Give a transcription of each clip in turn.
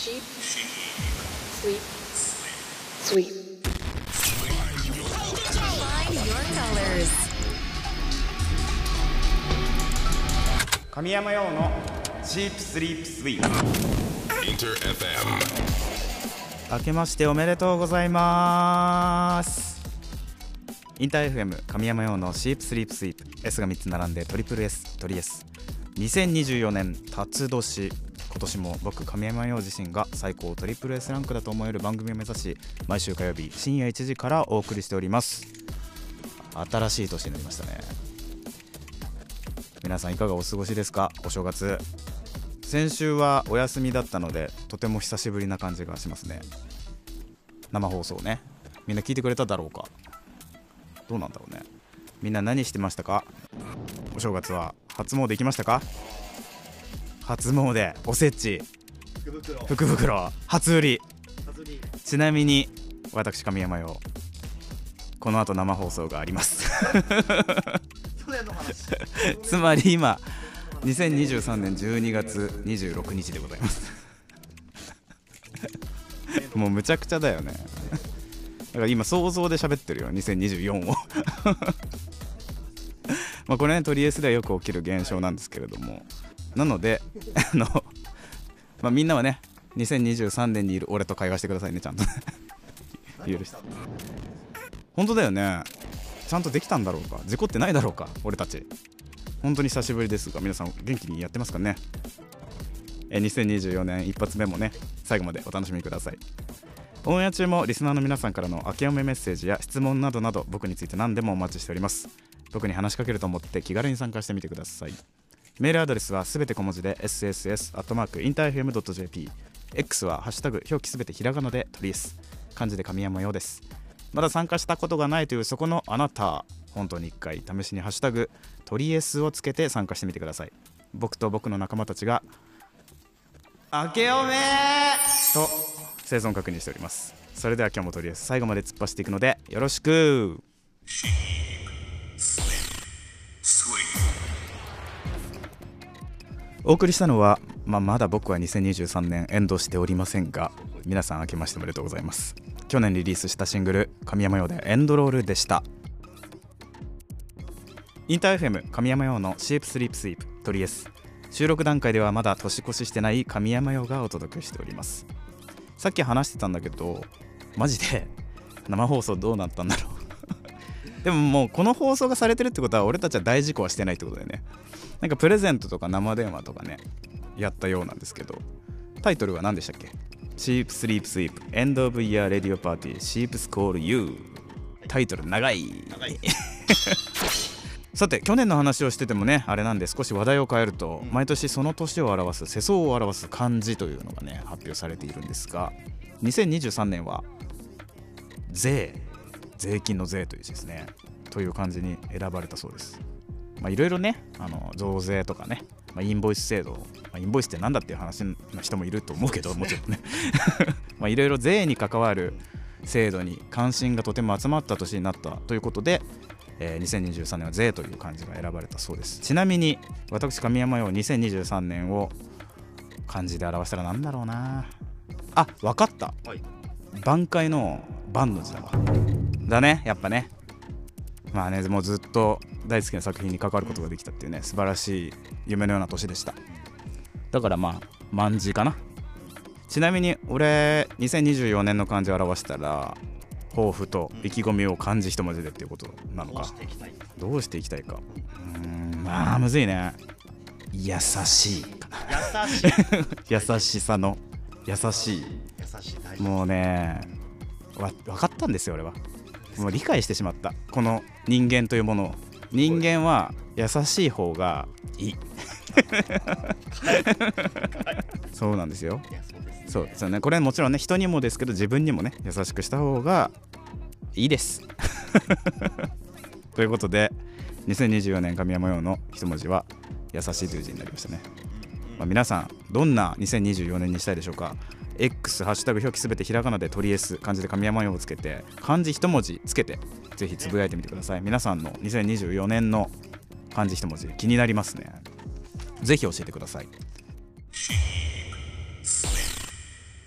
Sheep, sleep, sweep. Find your colors. 神山用のシープスリープスイープ。 Inter FM。 明けましておめでとうございます。インター FM 神山用のシープスリープスイープ S が3つ並んでトリプル S トリ S。 2024年辰年、今年も僕神山用自身が最高トリプル S ランクだと思える番組を目指し、毎週火曜日深夜1時からお送りしております。新しい年になりましたね。皆さんいかがお過ごしですか？お正月、先週はお休みだったのでとても久しぶりな感じがしますね。生放送ね、みんな聞いてくれただろうか。どうなんだろうね。みんな何してましたか？お正月は初詣行きましたか？初詣、おせち、福袋、初売り。ちなみに私神山用、この後生放送がありますつまり今2023年12月26日でございますもうむちゃくちゃだよね。だから今想像で喋ってるよ、2024をまあこれね、トリエスではよく起きる現象なんですけれども、なのでまあみんなはね、2023年にいる俺と会話してくださいね、ちゃんと許して。本当だよね、ちゃんとできたんだろうか、事故ってないだろうか、俺たち。本当に久しぶりですが、皆さん元気にやってますかね。2024年一発目もね、最後までお楽しみください。オンエア中もリスナーの皆さんからの明けおめメッセージや質問などなど、僕について何でもお待ちしております。僕に話しかけると思って気軽に参加してみてください。メールアドレスはすべて小文字で sss@interfm.jp。 X はハッシュタグ表記すべてひらがなでトリエス、漢字で神山用です。まだ参加したことがないというそこのあなた、本当に一回試しにハッシュタグトリエスをつけて参加してみてください。僕と僕の仲間たちが明けおめと生存確認しております。それでは今日もトリエス最後まで突っ走っていくのでよろしく。お送りしたのは、まだ僕は2023年エンドしておりませんが、皆さん明けましておめでとうございます。去年リリースしたシングル神山用でエンドロールでした。インター FM 神山用のシープスリープスイープトリエス、収録段階ではまだ年越ししてない神山用がお届けしております。さっき話してたんだけど、マジで生放送どうなったんだろうでももうこの放送がされてるってことは俺たちは大事故はしてないってことだよね。なんかプレゼントとか生電話とかねやったようなんですけど、タイトルは何でしたっけ？ Sheep Sleep Sweep End of Year Radio Party Sheep's Call You。 タイトル長いさて、去年の話をしててもねあれなんで、少し話題を変えると、毎年その年を表す、世相を表す漢字というのがね発表されているんですが、2023年は税金の税という字ですね、という漢字に選ばれたそうです。いろいろね、増税とかね、インボイス制度、インボイスってなんだっていう話の人もいると思うけど、もちろんねいろいろ税に関わる制度に関心がとても集まった年になったということで、2023年は税という漢字が選ばれたそうです。ちなみに私神山用2023年を漢字で表したらなんだろうなあ、わかった、はい、挽回の挽の字だわ。だね、やっぱね。まあね、もうずっと大好きな作品に関わることができたっていうね、素晴らしい夢のような年でした。だから万字かな。ちなみに俺2024年の漢字を表したら、抱負と意気込みを漢字一文字でっていうことなのか。どうしていきたいか。むずいね。優しいかな。優しさの優しい。もうね、分かったんですよ俺は。もう理解してしまった、この人間というものを。人間は優しい方がいいそうなんですよ。そうですよね。これもちろんね、人にもですけど自分にもね優しくした方がいいですということで2024年神山用の一文字は優しいという字になりましたね。皆さんどんな2024年にしたいでしょうか。 X ハッシュタグ表記すべてひらがなでトリエス、漢字で神山用をつけて漢字一文字つけてぜひつぶやいてみてください。皆さんの2024年の漢字一文字気になりますね。ぜひ教えてください。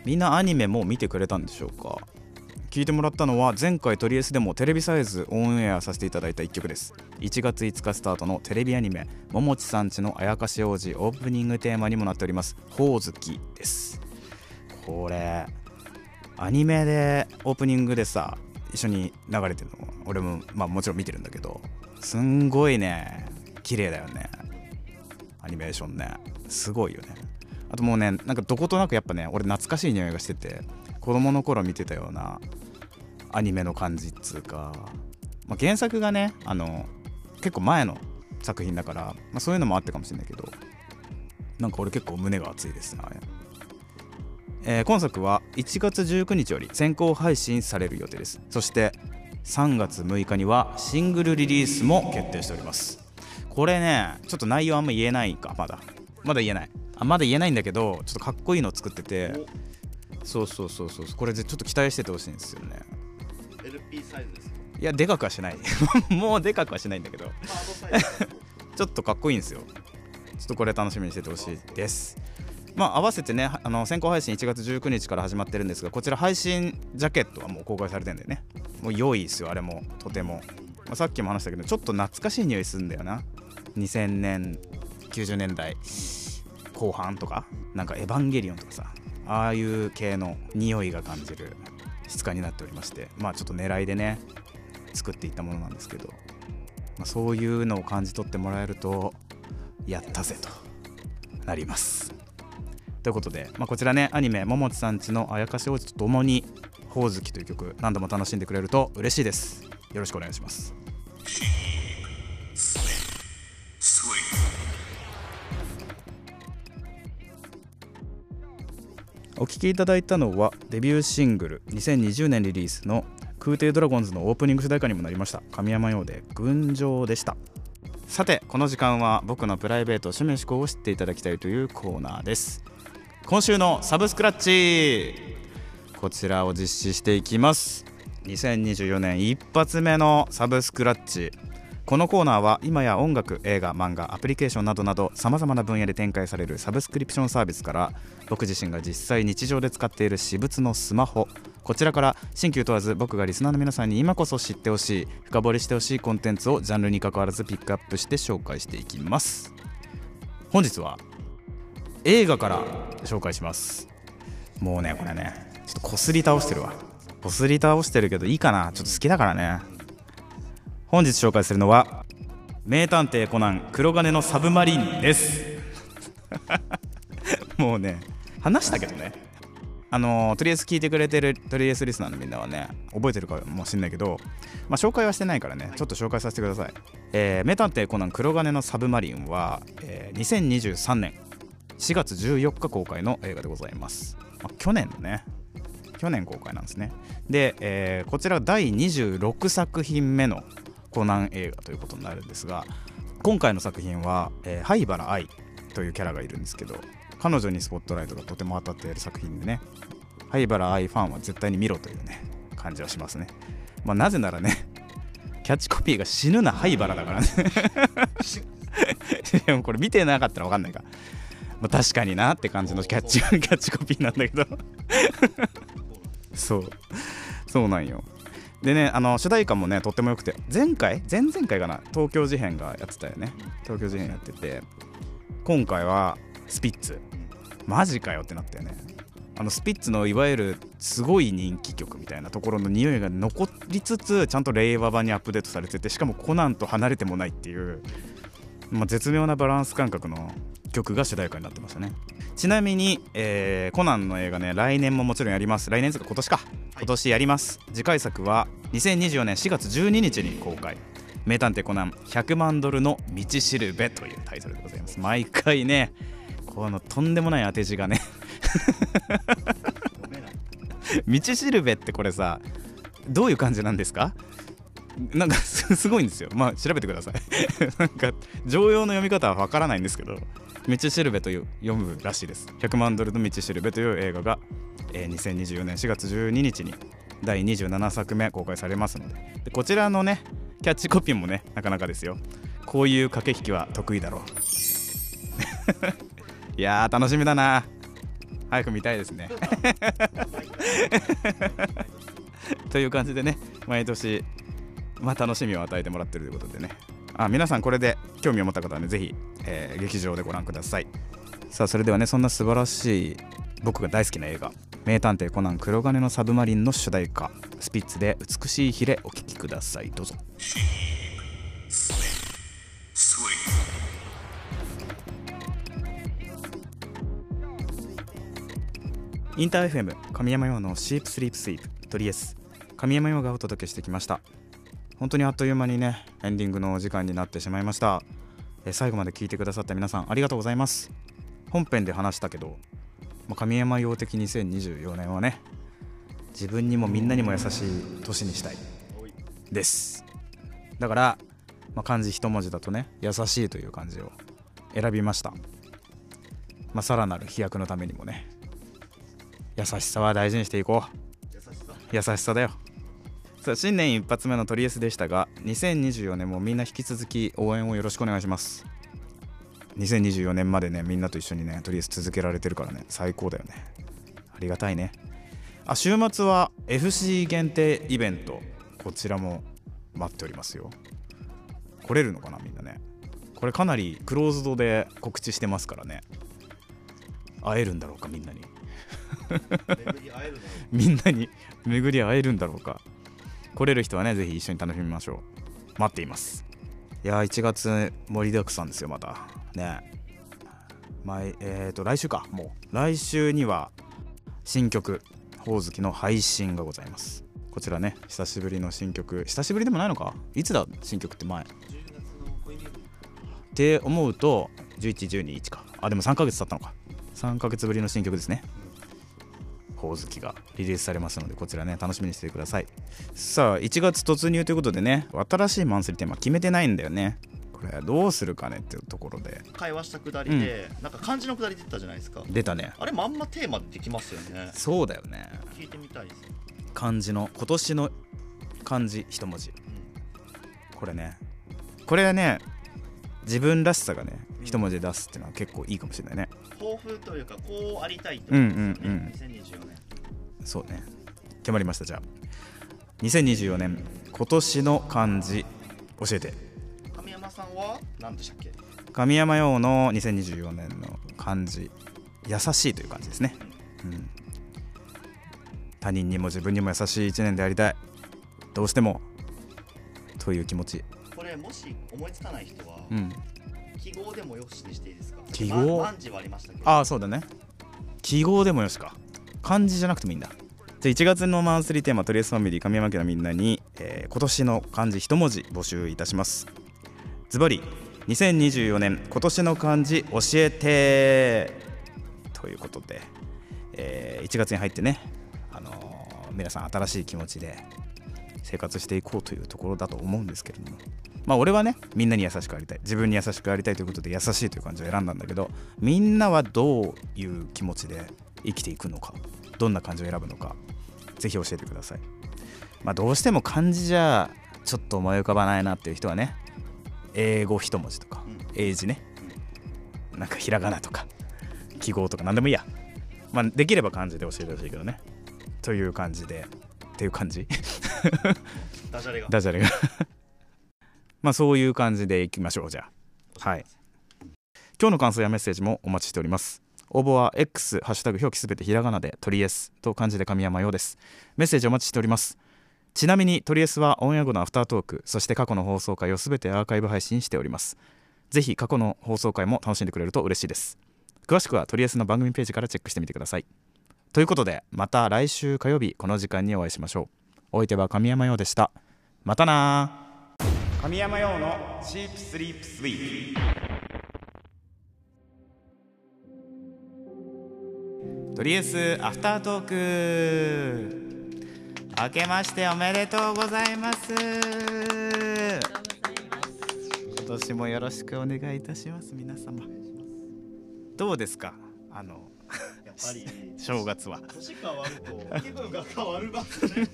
みんなアニメもう見てくれたんでしょうか。聞いてもらったのは前回トリエスでもテレビサイズオンエアさせていただいた1曲です。1月5日スタートのテレビアニメももちさんちのあやかし王子オープニングテーマにもなっておりますほおずきです。これアニメでオープニングでさ一緒に流れてるの俺ももちろん見てるんだけど、すんごいね綺麗だよね。アニメーションねすごいよね。あともうねなんかどことなくやっぱね俺懐かしい匂いがしてて、子供の頃見てたようなアニメの感じっつうか、原作がね結構前の作品だから、そういうのもあってかもしれないけど、なんか俺結構胸が熱いですな。今作は1月19日より先行配信される予定です。そして3月6日にはシングルリリースも決定しております。これねちょっと内容あんま言えないか、まだ言えないまだ言えないんだけど、ちょっとかっこいいの作ってて、そうこれでちょっと期待しててほしいんですよね。 LP サイズですか？ いやでかくはしないもうでかくはしないんだけどちょっとかっこいいんですよ。ちょっとこれ楽しみにしててほしいです。合わせてね先行配信1月19日から始まってるんですが、こちら配信ジャケットはもう公開されてるんだよね。もう良いですよあれもとても、さっきも話したけどちょっと懐かしい匂いするんだよな。2000年90年代後半とかなんかエヴァンゲリオンとかさ、ああいう系の匂いが感じる質感になっておりまして、ちょっと狙いでね作っていったものなんですけど、そういうのを感じ取ってもらえるとやったぜとなります。ということで、こちらねアニメももちさんちのあやかし王子とともにほおずきという曲何度も楽しんでくれると嬉しいです。よろしくお願いします。お聴きいただいたのはデビューシングル2020年リリースの空挺ドラゴンズのオープニング主題歌にもなりました神山陽で群青でした。さてこの時間は僕のプライベート趣味思考を知っていただきたいというコーナーです。今週のサブスクラッチ、こちらを実施していきます。2024年一発目のサブスクラッチ。このコーナーは今や音楽、映画、漫画、アプリケーションなどなど様々な分野で展開されるサブスクリプションサービスから、僕自身が実際日常で使っている私物のスマホ、こちらから新旧問わず僕がリスナーの皆さんに今こそ知ってほしい、深掘りしてほしいコンテンツをジャンルに関わらずピックアップして紹介していきます。本日は映画から紹介します。もうねこれねちょっとこすり倒してるわ。こすり倒してるけどいいかな、ちょっと好きだからね。本日紹介するのは名探偵コナン黒金のサブマリンですもうね話したけどね、とりあえず聞いてくれてるとりあえずリスナーのみんなはね覚えてるかもしれないけど、紹介はしてないからねちょっと紹介させてください。名探偵コナン黒金のサブマリンは、2023年4月14日公開の映画でございます。去年公開なんですね。で、こちら第26作品目のコナン映画ということになるんですが、今回の作品は、灰原哀というキャラがいるんですけど、彼女にスポットライトがとても当たっている作品でね、灰原哀ファンは絶対に見ろというね感じはしますね。なぜならねキャッチコピーが死ぬな灰原だからねでもこれ見てなかったら分かんないか、確かになって感じのキャッチコピーなんだけどそうなんよ。でね主題歌もねとっても良くて、前々回かな東京事変がやってたよね。東京事変やってて、今回はスピッツ、マジかよってなったよね。スピッツのいわゆるすごい人気曲みたいなところの匂いが残りつつちゃんと令和版にアップデートされてて、しかもコナンと離れてもないっていう、絶妙なバランス感覚の曲が主題歌になってましたね。ちなみに、コナンの映画ね来年ももちろんやります。来年とか今年か、今年やります。次回作は2024年4月12日に公開、名探偵コナン100万ドルの道しるべというタイトルでございます。毎回ねこのとんでもない当て字がね道しるべってこれさどういう感じなんですか？なんかすごいんですよ。調べてくださいなんか常用の読み方はわからないんですけど、道しるべと読むらしいです。100万ドルの道しるべという映画が、2024年4月12日に第27作目公開されますの でこちらのねキャッチコピーもねなかなかですよ。こういう駆け引きは得意だろういやー楽しみだな。 早く見たいですねという感じでね、毎年楽しみを与えてもらってるということでね、皆さんこれで興味を持った方はね、ぜひ、劇場でご覧ください。さあそれではね、そんな素晴らしい僕が大好きな映画名探偵コナン黒金のサブマリンの主題歌、スピッツで美しい日でお聴きください。どうぞ。インター FM 神山用のシープスリープスイープトリエス神山用がお届けしてきました。本当にあっという間にね、エンディングのお時間になってしまいました。最後まで聞いてくださった皆さんありがとうございます。本編で話したけど、神山用的2024年はね、自分にもみんなにも優しい年にしたいです。だから、漢字一文字だとね、優しいという漢字を選びました。さらなる飛躍のためにもね、優しさは大事にしていこう。優しさだよ。さあ新年一発目のトリエスでしたが、2024年もみんな引き続き応援をよろしくお願いします。2024年までね、みんなと一緒にねトリエス続けられてるからね、最高だよね。ありがたいね。週末は FC 限定イベント、こちらも待っておりますよ。来れるのかなみんなね。これかなりクローズドで告知してますからね、会えるんだろうかみんなにみんなに巡り会えるんだろうか。来れる人はね、ぜひ一緒に楽しみましょう。待っています。いや1月盛りだくさんですよ。またね、来週か。もう来週には新曲ほおずきの配信がございます。こちらね、久しぶりの新曲。久しぶりでもないのか。いつだ新曲って。前って思うと11、12、1か。でも3ヶ月経ったのか。3ヶ月ぶりの新曲ですね。ほおずきがリリースされますので、こちらね楽しみにしてください。さあ1月突入ということでね、新しいマンスリーテーマ決めてないんだよね。これどうするかねっていうところで、 会話したくだりで、なんか漢字のくだり出たじゃないですか。 出たね。 あれまんまテーマできますよね。 そうだよね。 聞いてみたいです。 漢字の今年の漢字一文字、これはね自分らしさがね一文字で出すっていうのは結構いいかもしれないね。抱負というか、こうありたいということですね。2024年。そうね、決まりました。じゃあ2024年今年の漢字教えて。 神山さんは何でしたっけ。 神山用の2024年の漢字、優しいという感じですね。他人にも自分にも優しい1年でありたい、どうしてもという気持ち。 これもし思いつかない人は、記号でもよしにしていいですか。 記号、 漢字はありましたけど。 そうだね、記号でもよしか。漢字じゃなくてもいいんだ。じゃあ1月のマンスリーテーマ、トリエスファミリー神山家のみんなに、今年の漢字一文字募集いたします。ズバリ2024年今年の漢字教えてということで、1月に入ってね、皆さん新しい気持ちで生活していこうというところだと思うんですけれども、俺はねみんなに優しくありたい、自分に優しくありたいということで優しいという漢字を選んだんだけど、みんなはどういう気持ちで生きていくのか、どんな漢字を選ぶのか、ぜひ教えてください。どうしても漢字じゃちょっと思い浮かばないなっていう人はね、英語一文字とか、英字ね、なんかひらがなとか記号とか何でもいいや。できれば漢字で教えてほしいけどね。という感じで、っていう感じダジャレがダジャレがそういう感じでいきましょう。じゃあ、はい、今日の感想やメッセージもお待ちしております。応募は X ハッシュタグ表記すべてひらがなでトリエスと漢字で神山用です。メッセージお待ちしております。ちなみにトリエスはオンエア後のアフタートーク、そして過去の放送回をすべてアーカイブ配信しております。ぜひ過去の放送回も楽しんでくれると嬉しいです。詳しくはトリエスの番組ページからチェックしてみてください。ということで、また来週火曜日この時間にお会いしましょう。お相手は神山陽でした。またな。神山陽のチープスリープスイープ。とりあえずアフタートーク、明けましておめでとうございます。今年もよろしくお願いいたします。皆様どうですか、やっぱり正月は年変わると気分が変わるますね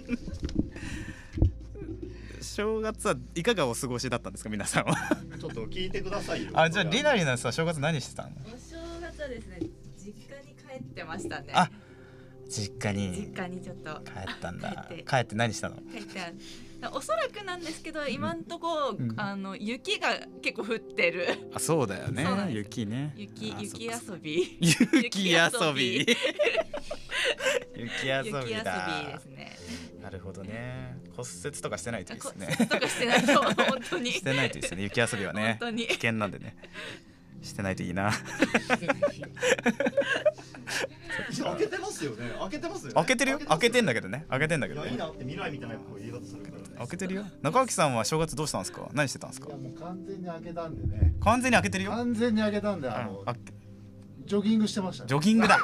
正月はいかがお過ごしだったんですか皆さんはちょっと聞いてくださいよ。 じゃあリナさん正月何してたの？ お正月はですね、実家に帰っってましたね。 あ、実家に実家にちょっと帰ったんだ。 帰って帰って何したの？ 帰っておそらくなんですけど今んとこ、雪が結構降ってる。 あ、そうだよねそうなん。です雪ね。 雪あ、 雪そっか遊び。 雪遊び。雪遊雪遊びびだ。 ですね。 なるほどね。骨折とかしてないといいですね。 とかしてないと本当にしてないといいですね。雪遊びはね。 本当に危険なんでね。してないといいな。 開けてますよね。開けてますよね。 開けてるよ。開けてんだけけどね。開けてんだけど。 どね。 いやいいなって未来みたいな言い方するからね。 開けてるよ。中脇さんは正月どうしたんですか？何してたんですかい？やもう完全に開けたんでね。 完全に開けてるよ。 完全に開けたんであジョギングしてましたね。 ジョギングだ。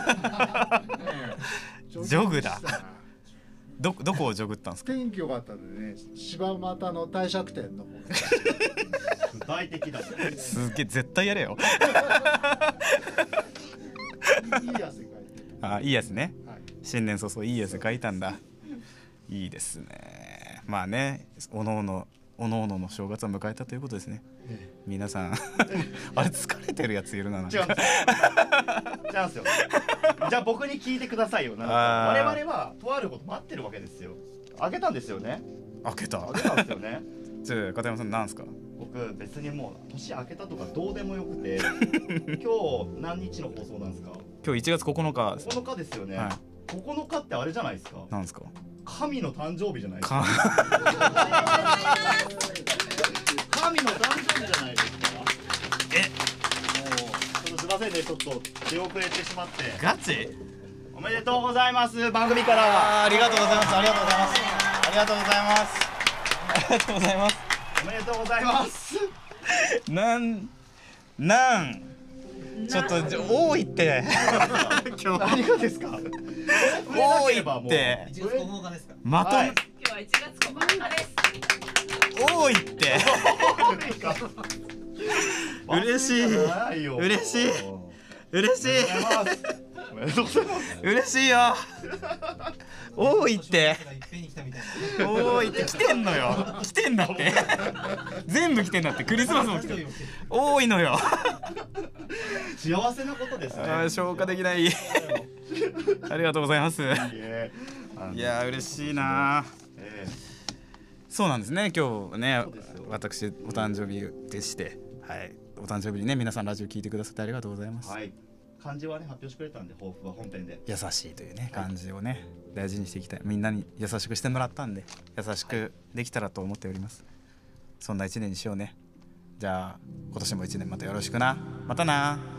ジジョグだしてたなどこをジョグったんですか？ 天気良かったんでね、柴又の帝釈天の方具体的だね。 すげえ、絶対やれよ。 いい汗かいて。 あ、いいやつね。 はい。 新年早々いいやつ書いたんだ。いいですね。まあね、おのおのの正月を迎えたということですね。皆さんあれ疲れてるやついるな。なんか違うんですよ。違うんですよ。じゃあ僕に聞いてくださいよ。なんかあー我々はとあること待ってるわけですよ。開けたんですよね。 開けた。 開けたんですよね。 じゃあ片山さんなんですか？ 僕別にもう年明けたとかどうでもよくて今日何日の放送なんですか？ 今日1月9日です。 9日ですよね、 はい 9日ってあれじゃないですか、 なんですか？ 神の誕生日じゃないですか。 か神の誕生日じゃないですか。もうちょっとすいませんね、ちょっと出遅れてしまって。 ガチ？ おめでとうございます。番組からありがとうございます。ありがとうございます。ありがとうございます。ありがとうございます。 おめでとうございます。 ちょっと多いって今日何がですか？ 多いってまとめ、 はい今日は1月9日です。 多いって嬉しい嬉しい嬉しいおめでとうございます。 嬉しいよ。多いって多いって来てんのよ。来てんだって全部来てんだって。クリスマスも来てる。多いのよ。 幸せなことですね。 消化できない。ありがとうございます。いいえや嬉しいな。そうなんですね。今日ね、私お誕生日でして、はい、お誕生日にね皆さんラジオ聞いてくださってありがとうございます。 はい。漢字はね発表してくれたんで、抱負は本編で。 優しいというね感じをね大事にしていきたい。みんなに優しくしてもらったんで優しくできたらと思っております。そんな一年にしようね。じゃあ今年も一年またよろしくな。またな。